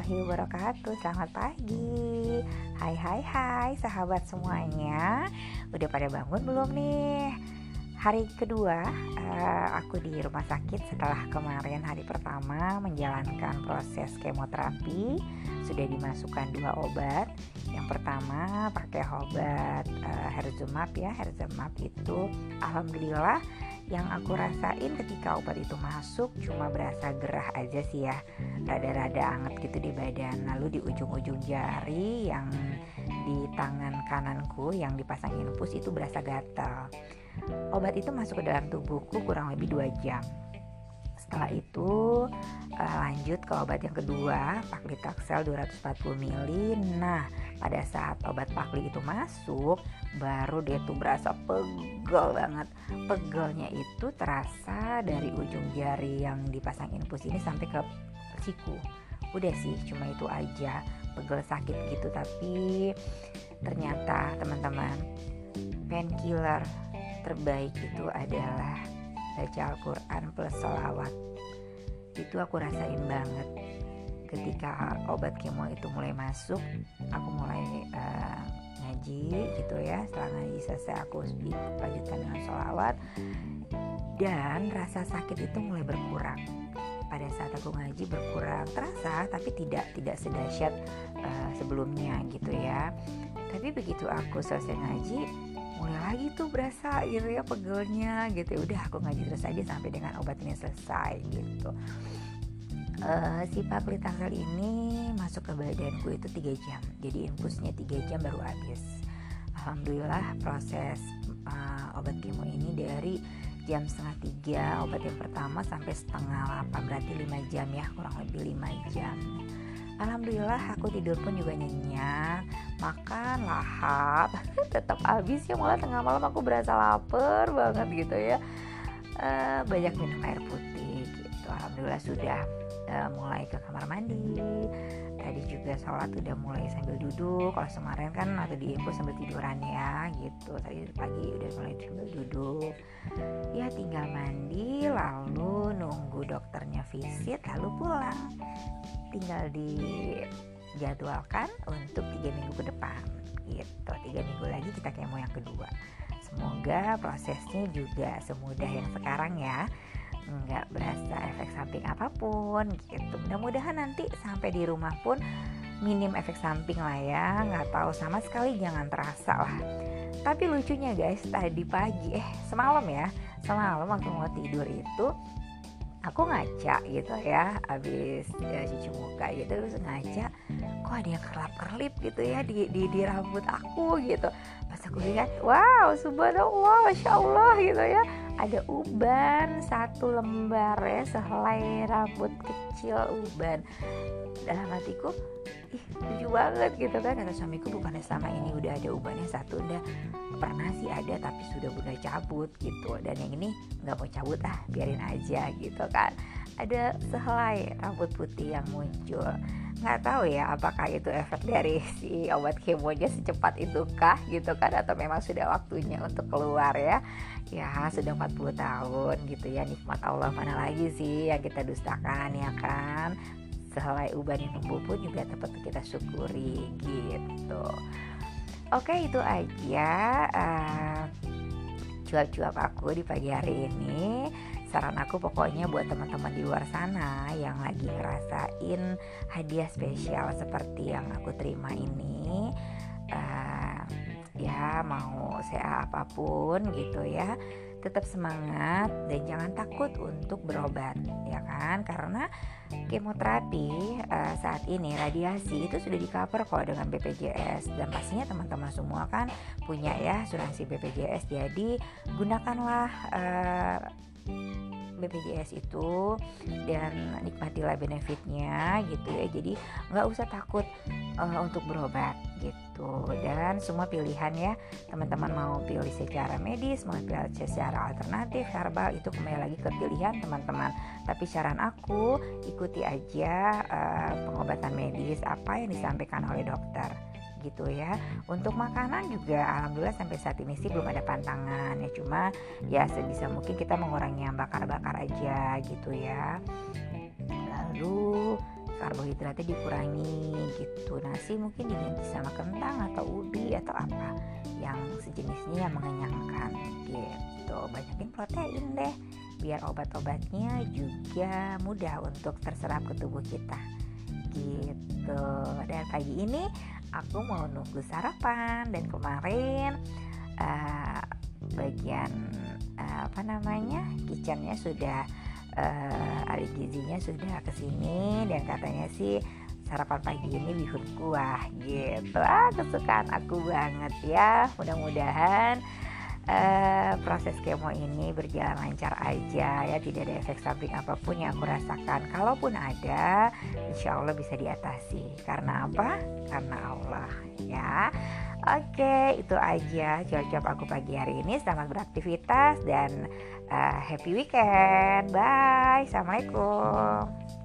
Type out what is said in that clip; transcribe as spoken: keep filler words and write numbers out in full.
warahmatullahi wabarakatuh. Selamat pagi. Hai hai hai sahabat semuanya. Udah pada bangun belum nih? Hari kedua uh, aku di rumah sakit setelah kemarin hari pertama menjalankan proses kemoterapi. Sudah dimasukkan dua obat. Yang pertama pakai obat uh, Herzumab ya. Herzumab itu alhamdulillah yang aku rasain ketika obat itu masuk cuma berasa gerah aja sih ya, rada-rada anget gitu di badan. Lalu di ujung-ujung jari yang di tangan kananku yang dipasang infus itu berasa gatal. Obat itu masuk ke dalam tubuhku kurang lebih dua jam. Setelah itu uh, lanjut ke obat yang kedua, Paclitaxel dua ratus empat puluh mililiter. Nah, pada saat obat Pacli itu masuk, baru dia tuh berasa pegel banget. Pegelnya itu terasa dari ujung jari yang dipasang infus ini sampai ke siku. Udah sih, cuma itu aja. Pegel sakit gitu, tapi ternyata teman-teman, painkiller terbaik itu adalah baca Al-Quran plus sholawat. Itu aku rasain banget ketika obat kemo itu mulai masuk. Aku mulai uh, ngaji gitu ya. Setelah ngaji selesai aku lanjutkan dengan sholawat, dan rasa sakit itu mulai berkurang. Pada saat aku ngaji berkurang terasa, tapi tidak tidak sedahsyat uh, sebelumnya gitu ya. Tapi begitu aku selesai ngaji, mulai lagi tuh berasa gitu ya pegelnya gitu. Udah aku ngaji terus aja sampai dengan obat ini selesai gitu. Uh, si Paclitaxel ini masuk ke badanku itu tiga jam. Jadi infusnya tiga jam baru habis. Alhamdulillah proses uh, obat kemo ini dari jam setengah tiga obat yang pertama sampai setengah delapan, berarti lima jam ya, kurang lebih lima jam. Alhamdulillah aku tidur pun juga nyenyak, makan lahap, tetap habis ya, malah tengah malam aku berasa lapar banget gitu ya. Uh, banyak minum air putih gitu. Alhamdulillah sudah uh, mulai ke kamar mandi. Tadi juga sholat udah mulai sambil duduk. Kalau kemarin kan atau di infus sambil tiduran ya gitu. Tadi pagi udah mulai sambil duduk. Ya tinggal mandi, lalu nunggu dokternya visit, lalu pulang. Tinggal dijadwalkan untuk tiga minggu ke depan gitu. Tiga minggu lagi kita kemo yang kedua. Semoga prosesnya juga semudah yang sekarang ya, nggak berasa efek samping apapun gitu. Mudah-mudahan nanti sampai di rumah pun minim efek samping lah ya. Nggak tahu sama sekali jangan terasa lah. Tapi lucunya guys, tadi pagi eh semalam ya, semalam waktu mau tidur itu aku ngaca gitu ya, habis ya, cuci muka gitu, terus ngaca kok ada yang kerlap-kerlip gitu ya di, di di rambut aku gitu. Pas aku lihat, wow, subhanallah, masya Allah gitu ya, ada uban satu lembar ya, sehelai rambut kecil uban. Dalam hatiku, ih lucu banget gitu kan. Kata suamiku, bukannya selama ini udah ada ubannya satu, udah pernah sih ada tapi sudah bunda cabut gitu, dan yang ini nggak mau cabut ah, biarin aja gitu kan. Ada sehelai rambut putih yang muncul. Nggak tahu ya apakah itu efek dari si obat kemonya secepat itu kah gitu kan, atau memang sudah waktunya untuk keluar ya. Ya sudah empat puluh tahun gitu ya, nikmat Allah mana lagi sih yang kita dustakan ya kan. Sehelai uban yang tumbuh pun juga tetap kita syukuri gitu. Oke, itu aja uh, cuap-cuap aku di pagi hari ini. Saran aku pokoknya buat teman-teman di luar sana yang lagi ngerasain hadiah spesial seperti yang aku terima ini, uh, ya mau C A apapun gitu ya, tetap semangat dan jangan takut untuk berobat ya kan, karena kemoterapi uh, saat ini radiasi itu sudah di cover kok dengan B P J S, dan pastinya teman-teman semua kan punya ya asuransi B P J S, jadi gunakanlah uh, B P J S itu dan nikmatilah benefitnya gitu ya. Jadi nggak usah takut uh, untuk berobat gitu, dan semua pilihan ya teman-teman, mau pilih secara medis, mau pilih secara alternatif herbal, itu kembali lagi ke pilihan teman-teman. Tapi saran aku, ikuti aja uh, pengobatan medis apa yang disampaikan oleh dokter gitu ya. Untuk makanan juga alhamdulillah sampai saat ini sih belum ada pantangan ya, cuma ya sebisa mungkin kita mengurangi yang bakar-bakar aja gitu ya. Lalu karbohidratnya dikurangi gitu. Nasi mungkin diganti sama kentang atau ubi atau apa yang sejenisnya yang mengenyangkan gitu. Banyakin protein deh biar obat-obatnya juga mudah untuk terserap ke tubuh kita gitu. Dan pagi ini aku mau nunggu sarapan, dan kemarin uh, bagian uh, apa namanya kitchennya sudah uh, ahli gizinya sudah kesini, dan katanya sih sarapan pagi ini bihun kuah gitu. Ah, kesukaan aku banget ya. Mudah-mudahan Uh, proses kemo ini berjalan lancar aja ya, tidak ada efek samping apapun yang aku rasakan. Kalaupun ada, insya Allah bisa diatasi. Karena apa? Karena Allah ya. Oke, itu aja jawab-jawab aku pagi hari ini. Selamat beraktivitas dan uh, happy weekend. Bye. Assalamualaikum.